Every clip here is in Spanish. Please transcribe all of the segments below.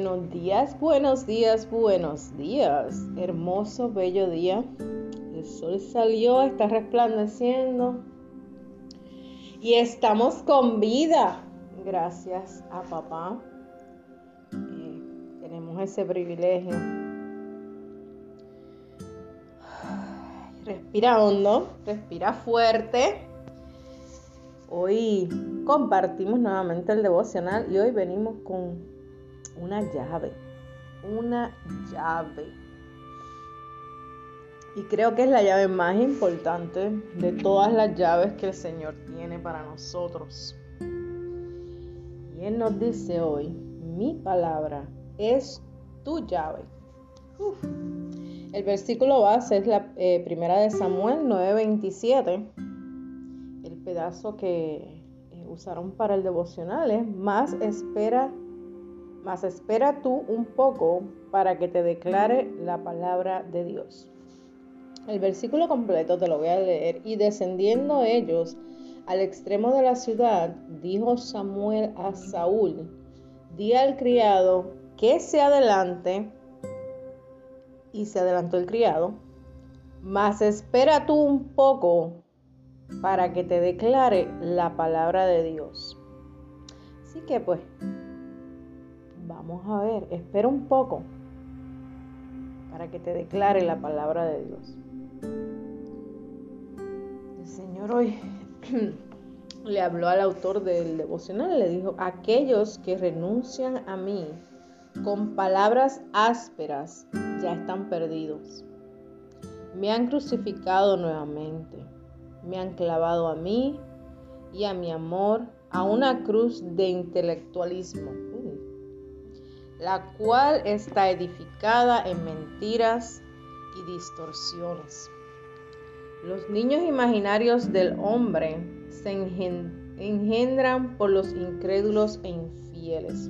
Buenos días, buenos días, buenos días. Hermoso, bello día. El sol salió, está resplandeciendo y estamos con vida. Gracias a papá. Tenemos ese privilegio. Respira hondo, respira fuerte. Hoy compartimos nuevamente el devocional y hoy venimos con una llave. Y creo que es la llave más importante de todas las llaves que el Señor tiene para nosotros. Y Él nos dice hoy, mi palabra es tu llave. El versículo base es la primera de Samuel 9:27. El pedazo que usaron para el devocional es más espera tú un poco para que te declare la palabra de Dios. El versículo completo te lo voy a leer. Y descendiendo ellos al extremo de la ciudad, dijo Samuel a Saúl, di al criado que se adelante, y se adelantó el criado, mas espera tú un poco para que te declare la palabra de Dios. Así que pues, vamos a ver, espera un poco para que te declare la palabra de Dios. El Señor hoy le habló al autor del devocional y le dijo, aquellos que renuncian a mí con palabras ásperas ya están perdidos. Me han crucificado nuevamente. Me han clavado a mí y a mi amor a una cruz de intelectualismo, la cual está edificada en mentiras y distorsiones. Los niños imaginarios del hombre se engendran por los incrédulos e infieles.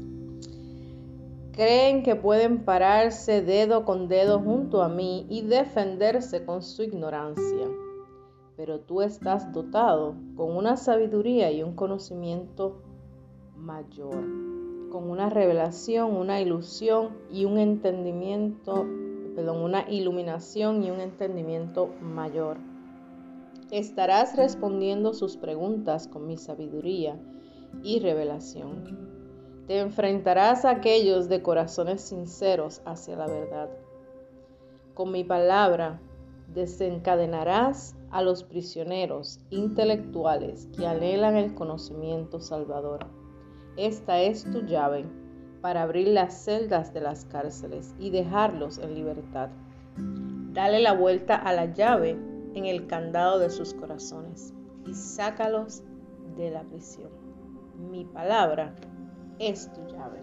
Creen que pueden pararse dedo con dedo junto a mí y defenderse con su ignorancia. Pero tú estás dotado con una sabiduría y un conocimiento mayor, con una revelación, una ilusión y un entendimiento, una iluminación y un entendimiento mayor. Estarás respondiendo sus preguntas con mi sabiduría y revelación. Te enfrentarás a aquellos de corazones sinceros hacia la verdad. Con mi palabra desencadenarás a los prisioneros intelectuales que anhelan el conocimiento salvador. Esta es tu llave para abrir las celdas de las cárceles y dejarlos en libertad. Dale la vuelta a la llave en el candado de sus corazones y sácalos de la prisión. Mi palabra es tu llave.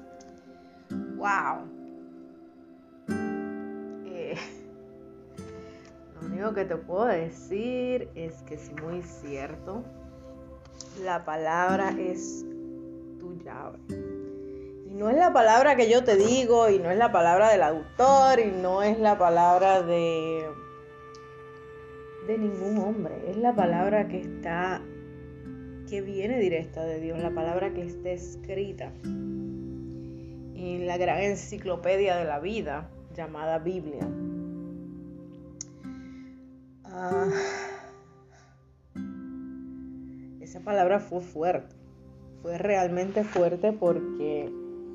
¡Wow! Lo único que te puedo decir es que es muy cierto. La palabra es tu llave. Y no es la palabra que yo te digo, y no es la palabra del autor, y no es la palabra de ningún hombre. Es la palabra que viene directa de Dios, la palabra que está escrita en la gran enciclopedia de la vida llamada Biblia. Esa palabra fue fuerte, fue realmente fuerte porque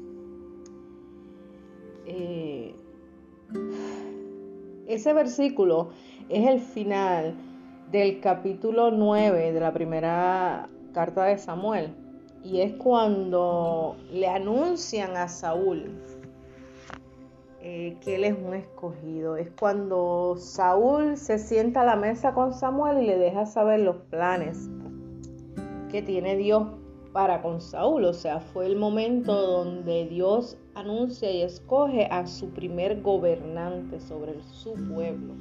ese versículo es el final del capítulo 9 de la primera carta de Samuel, y es cuando le anuncian a Saúl que él es un escogido. Es cuando Saúl se sienta a la mesa con Samuel y le deja saber los planes que tiene Dios para con Saúl. O sea, fue el momento donde Dios anuncia y escoge a su primer gobernante sobre su pueblo.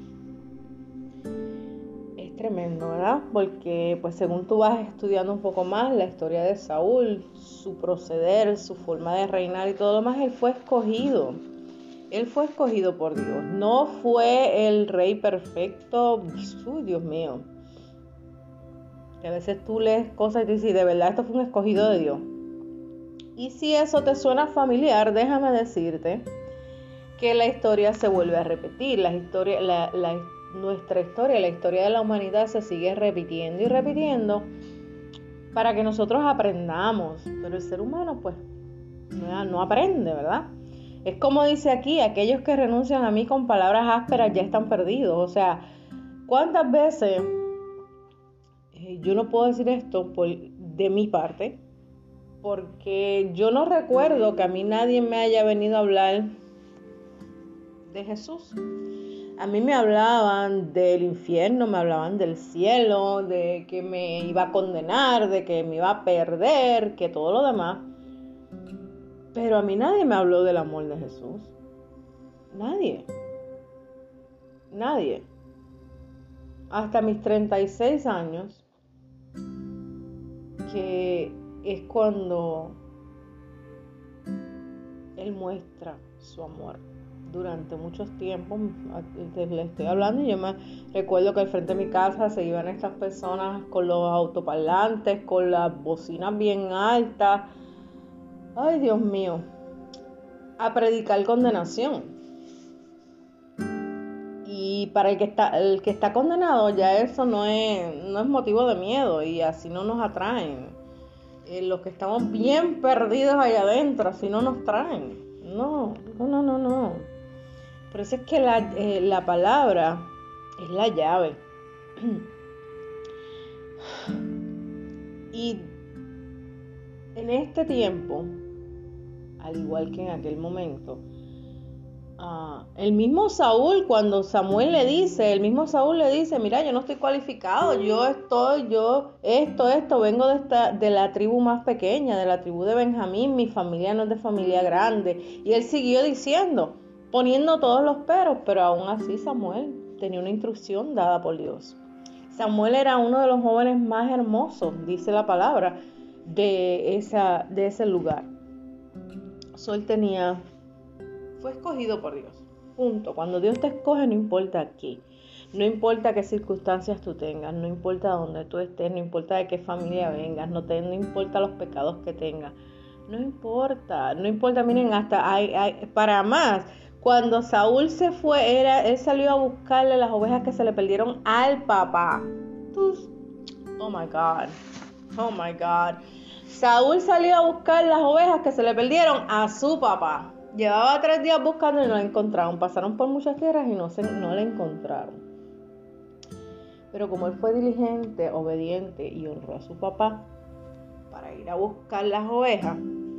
Es tremendo, ¿verdad? Porque pues según tú vas estudiando un poco más la historia de Saúl, su proceder, su forma de reinar y todo lo más, él fue escogido. Él fue escogido por Dios. No fue el rey perfecto. Dios mío. Que a veces tú lees cosas y te dices, de verdad esto fue un escogido de Dios. Y si eso te suena familiar, déjame decirte que la historia se vuelve a repetir. Nuestra historia, la historia de la humanidad se sigue repitiendo y repitiendo para que nosotros aprendamos. Pero el ser humano pues no aprende, ¿verdad? Es como dice aquí, aquellos que renuncian a mí con palabras ásperas ya están perdidos. O sea, ¿cuántas veces yo no puedo decir esto de mi parte? Porque yo no recuerdo que a mí nadie me haya venido a hablar de Jesús. A mí me hablaban del infierno, me hablaban del cielo, de que me iba a condenar, de que me iba a perder, que todo lo demás. Pero a mí nadie me habló del amor de Jesús. Nadie. Nadie. Hasta mis 36 años, que es cuando Él muestra su amor. Durante muchos tiempos, le estoy hablando y yo me recuerdo que al frente de mi casa se iban estas personas con los autoparlantes, con las bocinas bien altas, ay Dios mío, a predicar condenación. Y para el que está condenado ya eso no es motivo de miedo y así no nos atraen. Los que estamos bien perdidos allá adentro, así no nos traen. No. Por eso es que la palabra es la llave. Y en este tiempo, al igual que en aquel momento, el mismo Saúl, cuando Samuel le dice, mira, yo no estoy cualificado, vengo de la tribu más pequeña, de la tribu de Benjamín, mi familia no es de familia grande. Y él siguió diciendo, poniendo todos los peros, pero aún así Samuel tenía una instrucción dada por Dios. Samuel era uno de los jóvenes más hermosos, dice la palabra, de ese lugar. Fue escogido por Dios. Punto. Cuando Dios te escoge, no importa qué. No importa qué circunstancias tú tengas, no importa dónde tú estés, no importa de qué familia vengas, no importa los pecados que tengas. No importa. Miren, hasta para más. Cuando Saúl se fue, él salió a buscarle las ovejas que se le perdieron al papá. Oh my God. Saúl salió a buscar las ovejas que se le perdieron a su papá. Llevaba 3 días buscando y no la encontraron. Pasaron por muchas tierras y no la encontraron. Pero como él fue diligente, obediente y honró a su papá para ir a buscar las ovejas,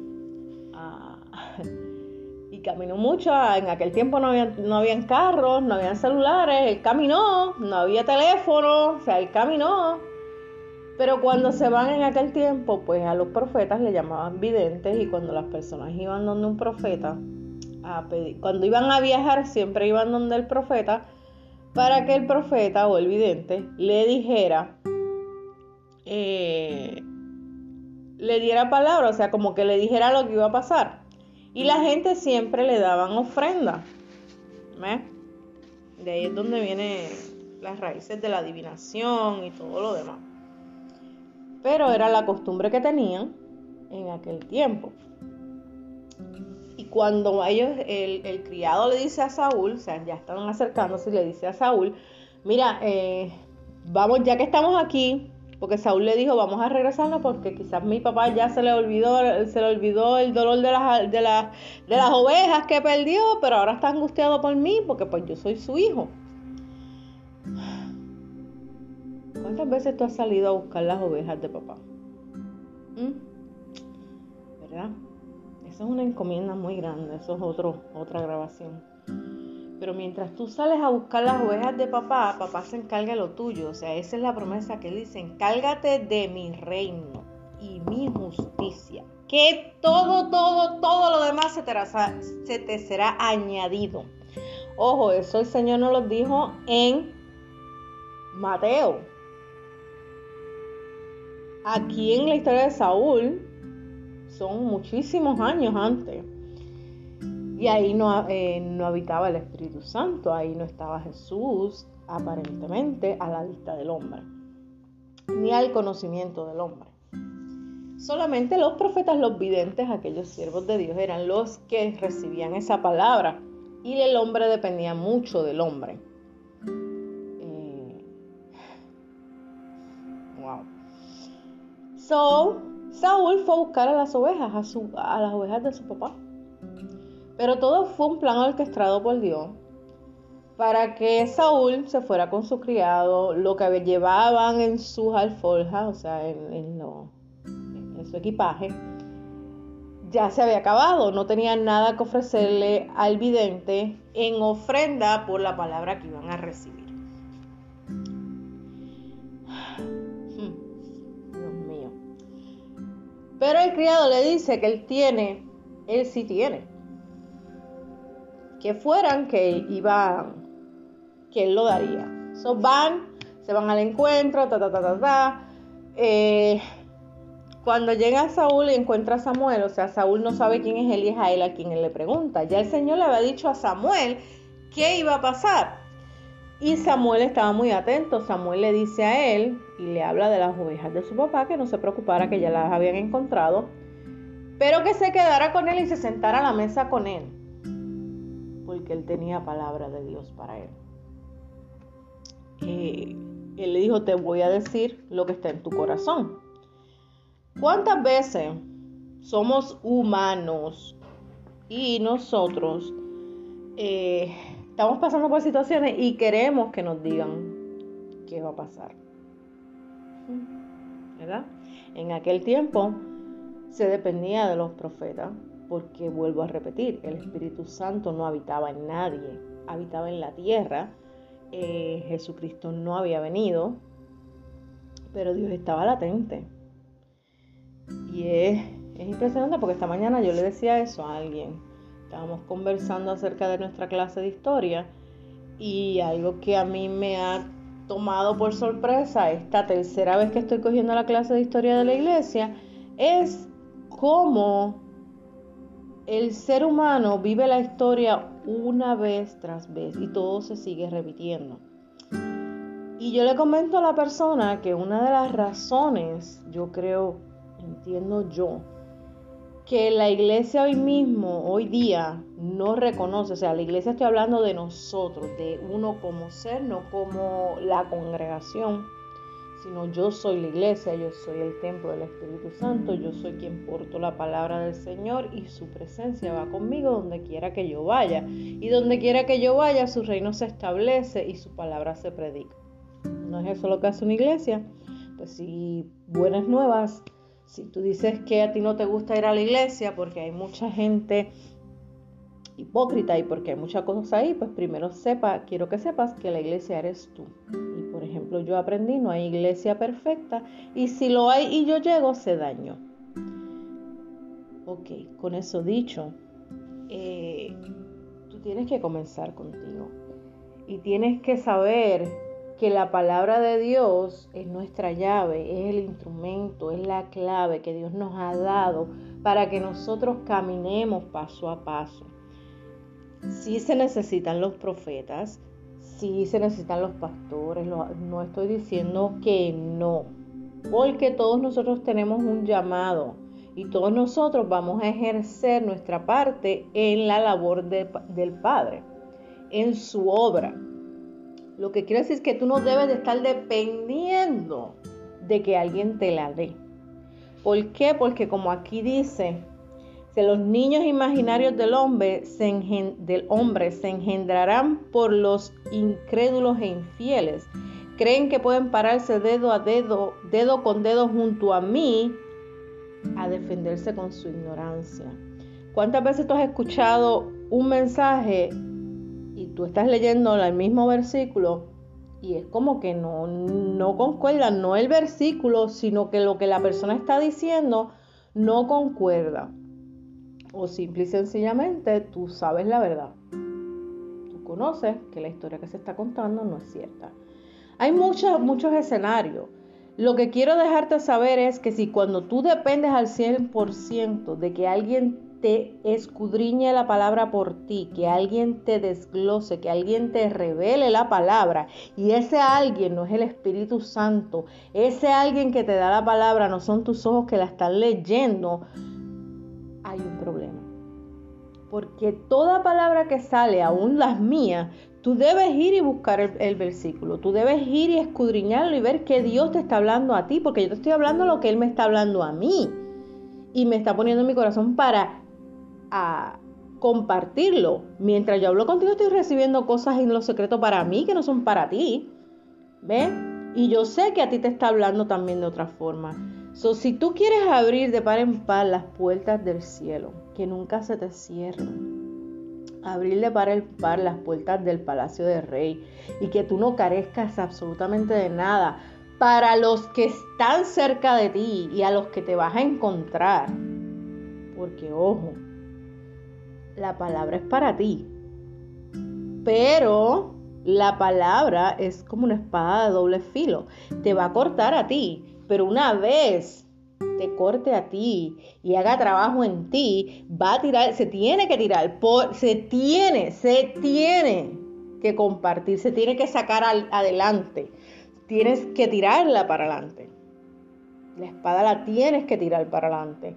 y caminó mucho. En aquel tiempo no habían carros, no habían celulares. Él caminó, no había teléfono, o sea, él caminó. Pero cuando se van en aquel tiempo, pues a los profetas le llamaban videntes, y cuando las personas iban donde un profeta a pedir, cuando iban a viajar, siempre iban donde el profeta para que el profeta o el vidente le dijera, le diera palabra, o sea, como que le dijera lo que iba a pasar. Y la gente siempre le daban ofrenda. ¿Ves? De ahí es donde vienen las raíces de la adivinación y todo lo demás. Pero era la costumbre que tenían en aquel tiempo. Y cuando el criado le dice a Saúl, o sea, ya estaban acercándose, y le dice a Saúl, mira, vamos, ya que estamos aquí, porque Saúl le dijo, vamos a regresarnos porque quizás mi papá ya se le olvidó el dolor de las ovejas que perdió, pero ahora está angustiado por mí porque pues yo soy su hijo. ¿Cuántas veces tú has salido a buscar las ovejas de papá? ¿Verdad? Eso es una encomienda muy grande, eso es otra grabación. Pero mientras tú sales a buscar las ovejas de papá, papá se encarga de lo tuyo. O sea, esa es la promesa que él dice, encárgate de mi reino y mi justicia, que todo lo demás se te será añadido. Ojo, eso el Señor nos lo dijo en Mateo. Aquí en la historia de Saúl, son muchísimos años antes. Y ahí no habitaba el Espíritu Santo, ahí no estaba Jesús, aparentemente, a la vista del hombre, ni al conocimiento del hombre. Solamente los profetas, los videntes, aquellos siervos de Dios, eran los que recibían esa palabra. Y el hombre dependía mucho del hombre. Wow. Saúl fue a buscar a las ovejas, a las ovejas de su papá. Pero todo fue un plan orquestado por Dios para que Saúl se fuera con su criado, lo que llevaban en sus alforjas, o sea, en su equipaje, ya se había acabado, no tenían nada que ofrecerle al vidente en ofrenda por la palabra que iban a recibir. Dios mío. Pero el criado le dice que él sí tiene. Que fueran, que él lo daría. Se van al encuentro, cuando llega Saúl y encuentra a Samuel, o sea, Saúl no sabe quién es él y es a él a quien él le pregunta. Ya el Señor le había dicho a Samuel qué iba a pasar. Y Samuel estaba muy atento. Samuel le dice a él y le habla de las ovejas de su papá, que no se preocupara, que ya las habían encontrado, pero que se quedara con él y se sentara a la mesa con él, porque él tenía palabra de Dios para él. Él le dijo, te voy a decir lo que está en tu corazón. ¿Cuántas veces somos humanos y nosotros estamos pasando por situaciones y queremos que nos digan qué va a pasar? ¿Verdad? En aquel tiempo se dependía de los profetas, porque vuelvo a repetir, el Espíritu Santo no habitaba en nadie, habitaba en la tierra. Jesucristo no había venido, pero Dios estaba latente. Y es impresionante, porque esta mañana yo le decía eso a alguien. Estábamos conversando acerca de nuestra clase de historia, y algo que a mí me ha tomado por sorpresa esta tercera vez que estoy cogiendo la clase de historia de la iglesia, es cómo el ser humano vive la historia una vez tras vez y todo se sigue repitiendo. Y yo le comento a la persona que una de las razones, entiendo yo, que la iglesia hoy día no reconoce, o sea, la iglesia, estoy hablando de nosotros, de uno como ser, no como la congregación, sino yo soy la iglesia, yo soy el templo del Espíritu Santo, yo soy quien porto la palabra del Señor y su presencia va conmigo donde quiera que yo vaya. Y donde quiera que yo vaya, su reino se establece y su palabra se predica. ¿No es eso lo que hace una iglesia? Pues sí, buenas nuevas. Si tú dices que a ti no te gusta ir a la iglesia porque hay mucha gente hipócrita y porque hay muchas cosas ahí, pues primero quiero que sepas que la iglesia eres tú. Y por ejemplo, yo aprendí, no hay iglesia perfecta, y si lo hay y yo llego, se dañó. Ok, con eso dicho, tú tienes que comenzar contigo y tienes que saber que la palabra de Dios es nuestra llave, es el instrumento, es la clave que Dios nos ha dado para que nosotros caminemos paso a paso. Sí se necesitan los profetas, sí se necesitan los pastores, no estoy diciendo que no, porque todos nosotros tenemos un llamado y todos nosotros vamos a ejercer nuestra parte en la labor del Padre, en su obra. Lo que quiero decir es que tú no debes de estar dependiendo de que alguien te la dé. ¿Por qué? Porque como aquí dice, que los niños imaginarios del hombre se engendrarán por los incrédulos e infieles. Creen que pueden pararse dedo con dedo junto a mí a defenderse con su ignorancia. ¿Cuántas veces tú has escuchado un mensaje y tú estás leyendo el mismo versículo y es como que no concuerda, no el versículo, sino que lo que la persona está diciendo no concuerda? O simple y sencillamente tú sabes la verdad. Tú conoces que la historia que se está contando no es cierta. Hay muchos escenarios. Lo que quiero dejarte saber es que si cuando tú dependes al 100% de que alguien te escudriñe la palabra por ti, que alguien te desglose, que alguien te revele la palabra, y ese alguien no es el Espíritu Santo, ese alguien que te da la palabra no son tus ojos que la están leyendo, hay un problema. Porque toda palabra que sale, aún las mías, tú debes ir y buscar el versículo, tú debes ir y escudriñarlo y ver que Dios te está hablando a ti, porque yo te estoy hablando lo que Él me está hablando a mí, y me está poniendo en mi corazón para compartirlo. Mientras yo hablo contigo, estoy recibiendo cosas en lo secreto para mí que no son para ti. ¿Ves? Y yo sé que a ti te está hablando también de otra forma. Si tú quieres abrir de par en par las puertas del cielo, que nunca se te cierren, abrir de par en par las puertas del palacio del rey, y que tú no carezcas absolutamente de nada para los que están cerca de ti y a los que te vas a encontrar. Porque ojo, la palabra es para ti, pero la palabra es como una espada de doble filo. Te va a cortar a ti, pero una vez te corte a ti y haga trabajo en ti, va a tirar, se tiene que tirar, se tiene que compartir, se tiene que sacar adelante. Tienes que tirarla para adelante. La espada la tienes que tirar para adelante.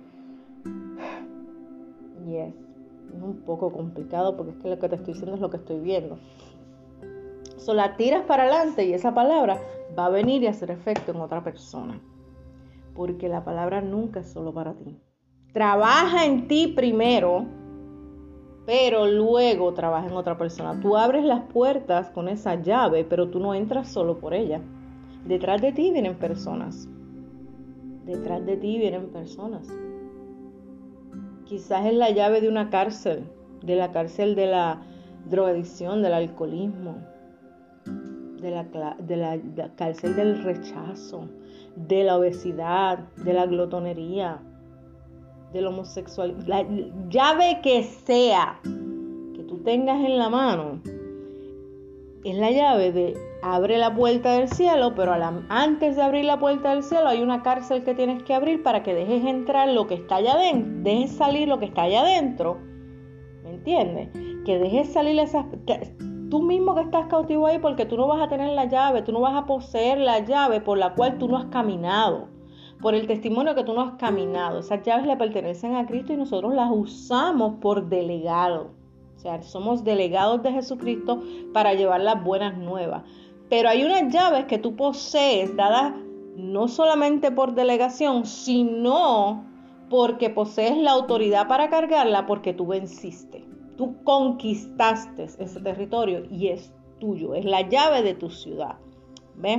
Y es un poco complicado porque es que lo que te estoy diciendo es lo que estoy viendo. La tiras para adelante y esa palabra va a venir y hacer efecto en otra persona. Porque la palabra nunca es solo para ti. Trabaja en ti primero, pero luego trabaja en otra persona. Tú abres las puertas con esa llave, pero tú no entras solo por ella. Detrás de ti vienen personas. Detrás de ti vienen personas. Quizás es la llave de una cárcel, de la cárcel de la drogadicción, del alcoholismo, de la cárcel del rechazo, de la obesidad, de la glotonería, de la homosexualidad. La llave que sea que tú tengas en la mano es la llave de abre la puerta del cielo, pero antes de abrir la puerta del cielo hay una cárcel que tienes que abrir para que dejes entrar lo que está allá adentro, dejes salir lo que está allá adentro, ¿me entiendes? Que dejes salir tú mismo que estás cautivo ahí, porque tú no vas a tener la llave, tú no vas a poseer la llave por la cual tú no has caminado, por el testimonio que tú no has caminado. Esas llaves le pertenecen a Cristo y nosotros las usamos por delegado. O sea, somos delegados de Jesucristo para llevar las buenas nuevas. Pero hay unas llaves que tú posees, dadas no solamente por delegación, sino porque posees la autoridad para cargarla, porque tú venciste. Tú conquistaste ese territorio y es tuyo, es la llave de tu ciudad. ¿Ves?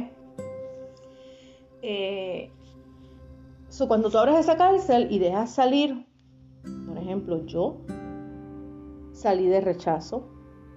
Cuando tú abres esa cárcel y dejas salir, por ejemplo, yo salí de rechazo.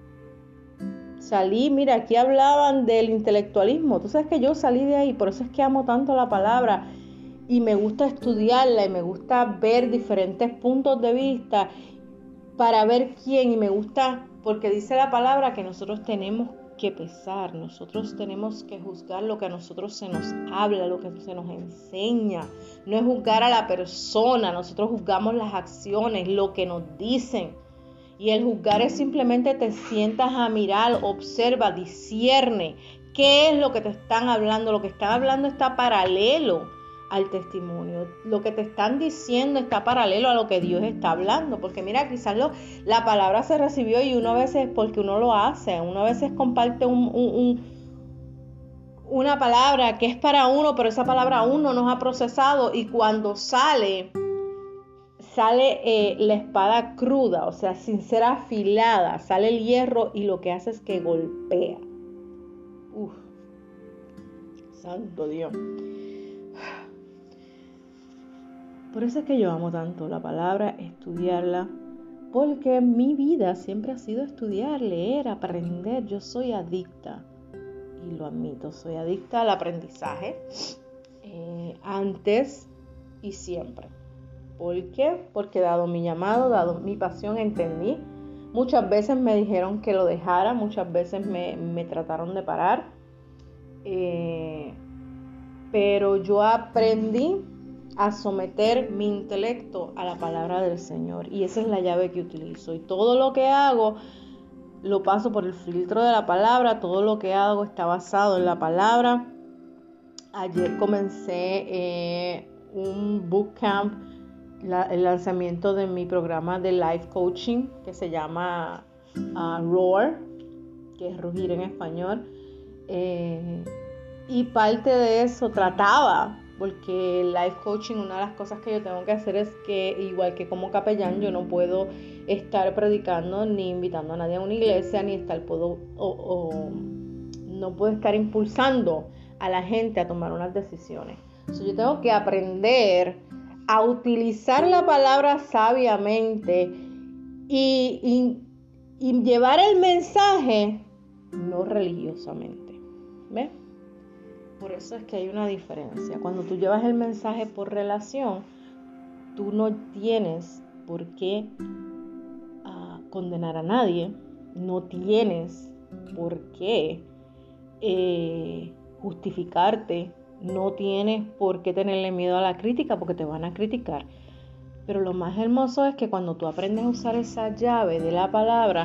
Mira, aquí hablaban del intelectualismo. Tú sabes que yo salí de ahí, por eso es que amo tanto la palabra y me gusta estudiarla y me gusta ver diferentes puntos de vista para ver quién, y me gusta porque dice la palabra que nosotros tenemos que pesar, nosotros tenemos que juzgar lo que a nosotros se nos habla, lo que se nos enseña. No es juzgar a la persona, nosotros juzgamos las acciones, lo que nos dicen. Y el juzgar es simplemente te sientas a mirar, observa, discierne qué es lo que te están hablando. Lo que están hablando está paralelo al testimonio. Lo que te están diciendo está paralelo a lo que Dios está hablando. Porque mira, quizás la palabra se recibió y uno a veces, porque uno lo hace, uno a veces comparte una palabra que es para uno, pero esa palabra aún no nos ha procesado, y cuando sale la espada cruda, o sea, sin ser afilada, sale el hierro y lo que hace es que golpea. Santo Dios. Por eso es que yo amo tanto la palabra, estudiarla, porque mi vida siempre ha sido estudiar, leer, aprender. Yo soy adicta, y lo admito, soy adicta al aprendizaje, antes y siempre. ¿Por qué? Porque dado mi llamado, dado mi pasión, entendí. Muchas veces me dijeron que lo dejara, muchas veces me trataron de parar. Pero yo aprendí a someter mi intelecto a la palabra del Señor. Y esa es la llave que utilizo. Y todo lo que hago lo paso por el filtro de la palabra. Todo lo que hago está basado en la palabra. Ayer comencé un bootcamp, el lanzamiento de mi programa de life coaching que se llama Roar, que es rugir en español. Y parte de eso trataba, porque el life coaching, una de las cosas que yo tengo que hacer es que, igual que como capellán, yo no puedo estar predicando ni invitando a nadie a una iglesia, ni estar no puedo estar impulsando a la gente a tomar unas decisiones. Entonces, yo tengo que aprender a utilizar la palabra sabiamente y llevar el mensaje no religiosamente. ¿Ves? Por eso es que hay una diferencia. Cuando tú llevas el mensaje por relación, tú no tienes por qué condenar a nadie, no tienes por qué justificarte, no tienes por qué tenerle miedo a la crítica porque te van a criticar. Pero lo más hermoso es que cuando tú aprendes a usar esa llave de la palabra,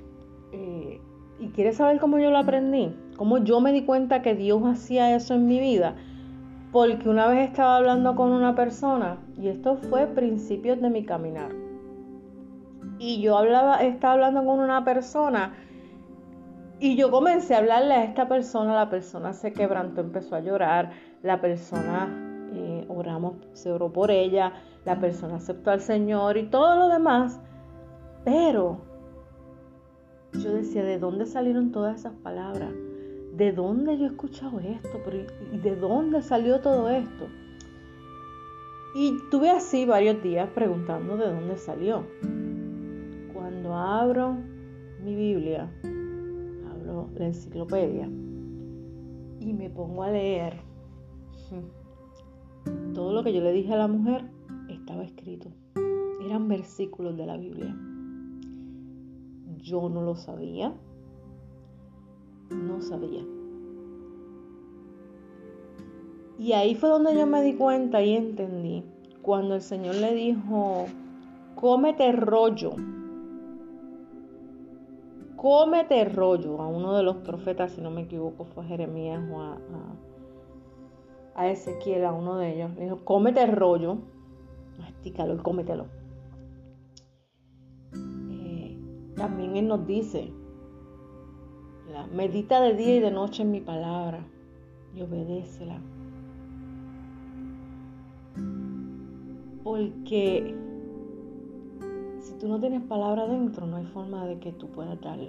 y quieres saber cómo yo lo aprendí, cómo yo me di cuenta que Dios hacía eso en mi vida, porque una vez estaba hablando con una persona, y esto fue principios de mi caminar, y yo estaba hablando con una persona, y yo comencé a hablarle a esta persona, la persona se quebrantó, empezó a llorar, la persona se oró por ella, la persona aceptó al Señor y todo lo demás, pero yo decía, ¿de dónde salieron todas esas palabras? ¿De dónde yo he escuchado esto? ¿Y de dónde salió todo esto? Y tuve así varios días preguntando de dónde salió. Cuando abro mi Biblia, abro la enciclopedia y me pongo a leer, todo lo que yo le dije a la mujer estaba escrito. Eran versículos de la Biblia. Yo no lo sabía. No sabía. Y ahí fue donde yo me di cuenta y entendí. Cuando el Señor le dijo, cómete rollo a uno de los profetas, si no me equivoco, fue a Jeremías o a Ezequiel, a uno de ellos. Le dijo, cómete rollo, mastícalo y cómetelo. También Él nos dice, medita de día y de noche en mi palabra y obedécela. Porque si tú no tienes palabra dentro, no hay forma de que tú puedas darla.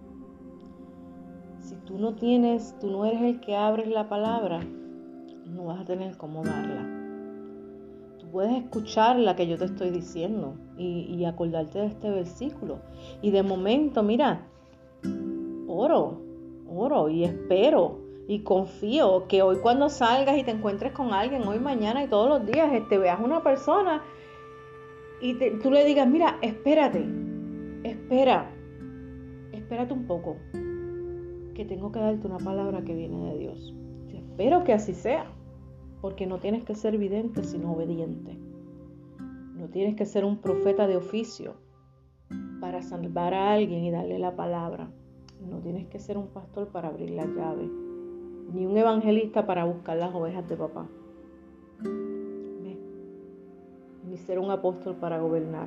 Si tú no eres el que abres la palabra, no vas a tener cómo darla. Tú puedes escuchar la que yo te estoy diciendo y acordarte de este versículo. Y de momento, mira, oro y espero y confío que hoy cuando salgas y te encuentres con alguien, hoy, mañana y todos los días, veas una persona y tú le digas, mira, espérate un poco, que tengo que darte una palabra que viene de Dios. Yo espero que así sea, porque no tienes que ser vidente, sino obediente. No tienes que ser un profeta de oficio para salvar a alguien y darle la palabra. No tienes que ser un pastor para abrir la llave, ni un evangelista para buscar las ovejas de papá, ni ser un apóstol para gobernar.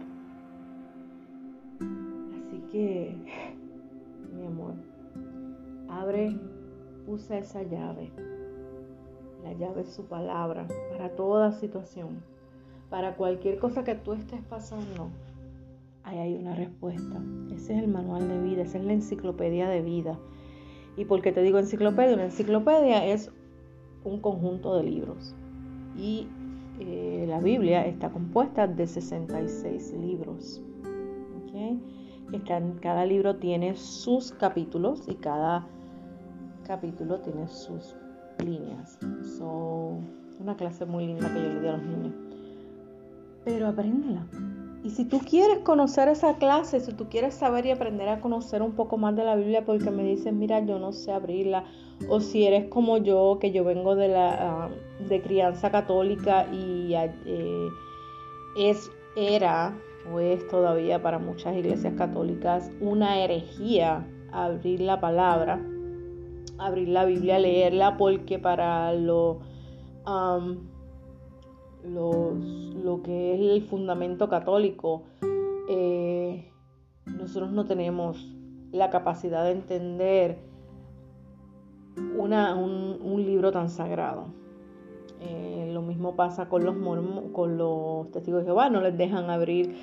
Así que, mi amor, usa esa llave. La llave es su palabra para toda situación, para cualquier cosa que tú estés pasando. Ahí hay una respuesta. Ese es el manual de vida, esa es la enciclopedia de vida. ¿Y por qué te digo enciclopedia? Una enciclopedia es un conjunto de libros. Y la Biblia está compuesta de 66 libros. ¿Okay? Cada libro tiene sus capítulos y cada capítulo tiene sus líneas. Una clase muy linda que yo le di a los niños. Pero apréndela Y si tú quieres conocer esa clase, si tú quieres saber y aprender a conocer un poco más de la Biblia porque me dices, mira, yo no sé abrirla, o si eres como yo, que yo vengo de crianza católica y era o es todavía para muchas iglesias católicas una herejía abrir la palabra, abrir la Biblia, leerla, porque para lo que es el fundamento católico, nosotros no tenemos la capacidad de entender un libro tan sagrado. Lo mismo pasa con con los testigos de Jehová, no les dejan abrir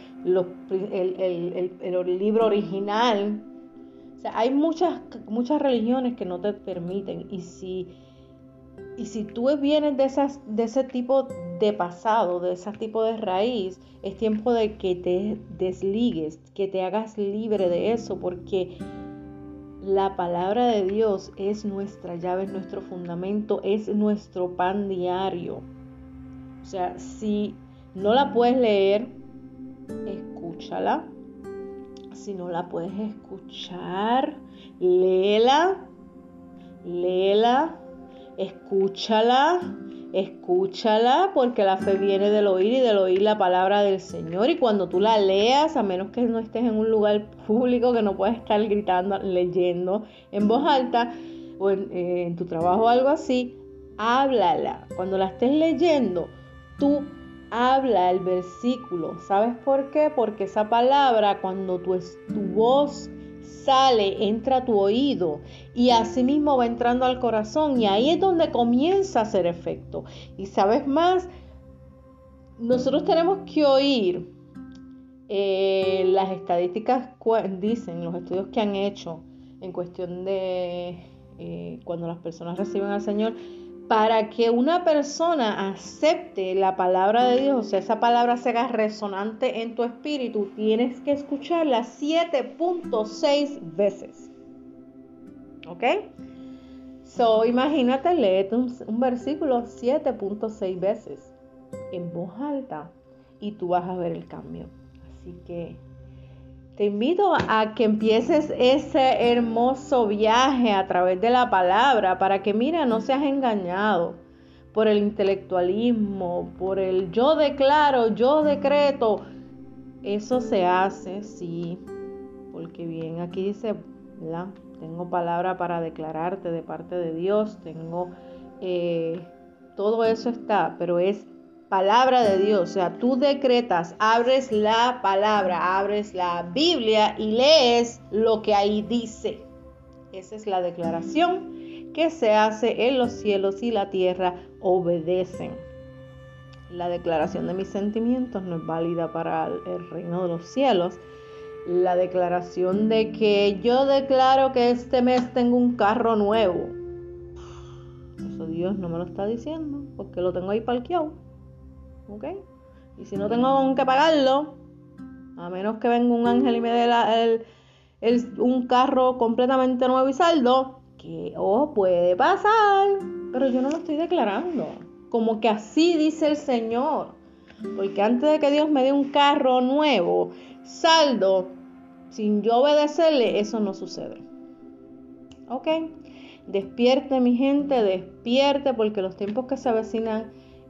el libro original. O sea, hay muchas religiones que no te permiten, y si tú vienes de ese tipo de pasado, de ese tipo de raíz, es tiempo de que te desligues, que te hagas libre de eso, porque la palabra de Dios es nuestra llave, es nuestro fundamento, es nuestro pan diario. O sea, si no la puedes leer, escúchala. Si no la puedes escuchar, léela, escúchala, porque la fe viene del oír y del oír la palabra del Señor. Y cuando tú la leas, a menos que no estés en un lugar público, que no puedes estar gritando, leyendo en voz alta, o en tu trabajo o algo así, háblala. Cuando la estés leyendo, tú habla el versículo. ¿Sabes por qué? Porque esa palabra, cuando tu voz sale, entra a tu oído y así mismo va entrando al corazón, y ahí es donde comienza a hacer efecto. Y sabes más, nosotros tenemos que oír, las estadísticas dicen, los estudios que han hecho en cuestión de cuando las personas reciben al Señor, para que una persona acepte la palabra de Dios, o sea, esa palabra se haga resonante en tu espíritu, tienes que escucharla 7.6 veces. ¿Ok? So, imagínate, léete un versículo 7.6 veces en voz alta y tú vas a ver el cambio. Así que te invito a que empieces ese hermoso viaje a través de la palabra, para que, mira, no seas engañado por el intelectualismo, por el yo declaro, yo decreto. Eso se hace, sí, porque bien, aquí dice, ¿verdad? Tengo palabra para declararte de parte de Dios, tengo, todo eso está, pero es palabra de Dios. O sea, tú decretas, abres la palabra, abres la Biblia y lees lo que ahí dice. Esa es la declaración que se hace en los cielos, y la tierra obedecen. La declaración de mis sentimientos no es válida para el reino de los cielos. La declaración de que yo declaro que este mes tengo un carro nuevo, eso Dios no me lo está diciendo, porque lo tengo ahí parqueado. ¿Ok? Y si no tengo con qué pagarlo, a menos que venga un ángel y me dé un carro completamente nuevo y saldo, que puede pasar, pero yo no lo estoy declarando como que así dice el Señor, porque antes de que Dios me dé un carro nuevo, saldo, sin yo obedecerle, eso no sucede. ¿Ok? Despierte, mi gente, despierte, porque los tiempos que se avecinan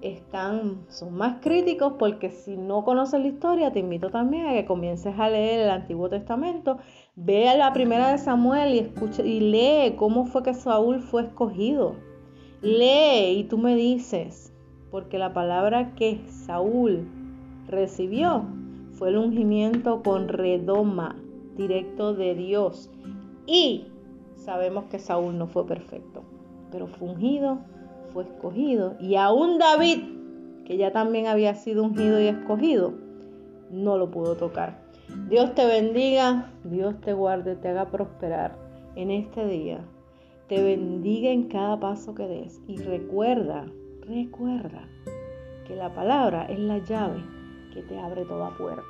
son más críticos, porque si no conoces la historia, te invito también a que comiences a leer el Antiguo Testamento. Ve a la primera de Samuel y escucha y lee cómo fue que Saúl fue escogido. Lee y tú me dices, porque la palabra que Saúl recibió fue el ungimiento con redoma, directo de Dios. Y sabemos que Saúl no fue perfecto, pero fue ungido, fue escogido. Y aún David, que ya también había sido ungido y escogido, no lo pudo tocar. Dios te bendiga, Dios te guarde, te haga prosperar en este día. Te bendiga en cada paso que des. Y recuerda que la palabra es la llave que te abre toda puerta.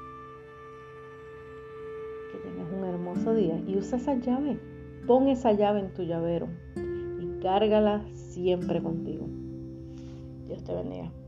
Que tengas un hermoso día y usa esa llave. Pon esa llave en tu llavero y cárgala siempre contigo. Dios te bendiga.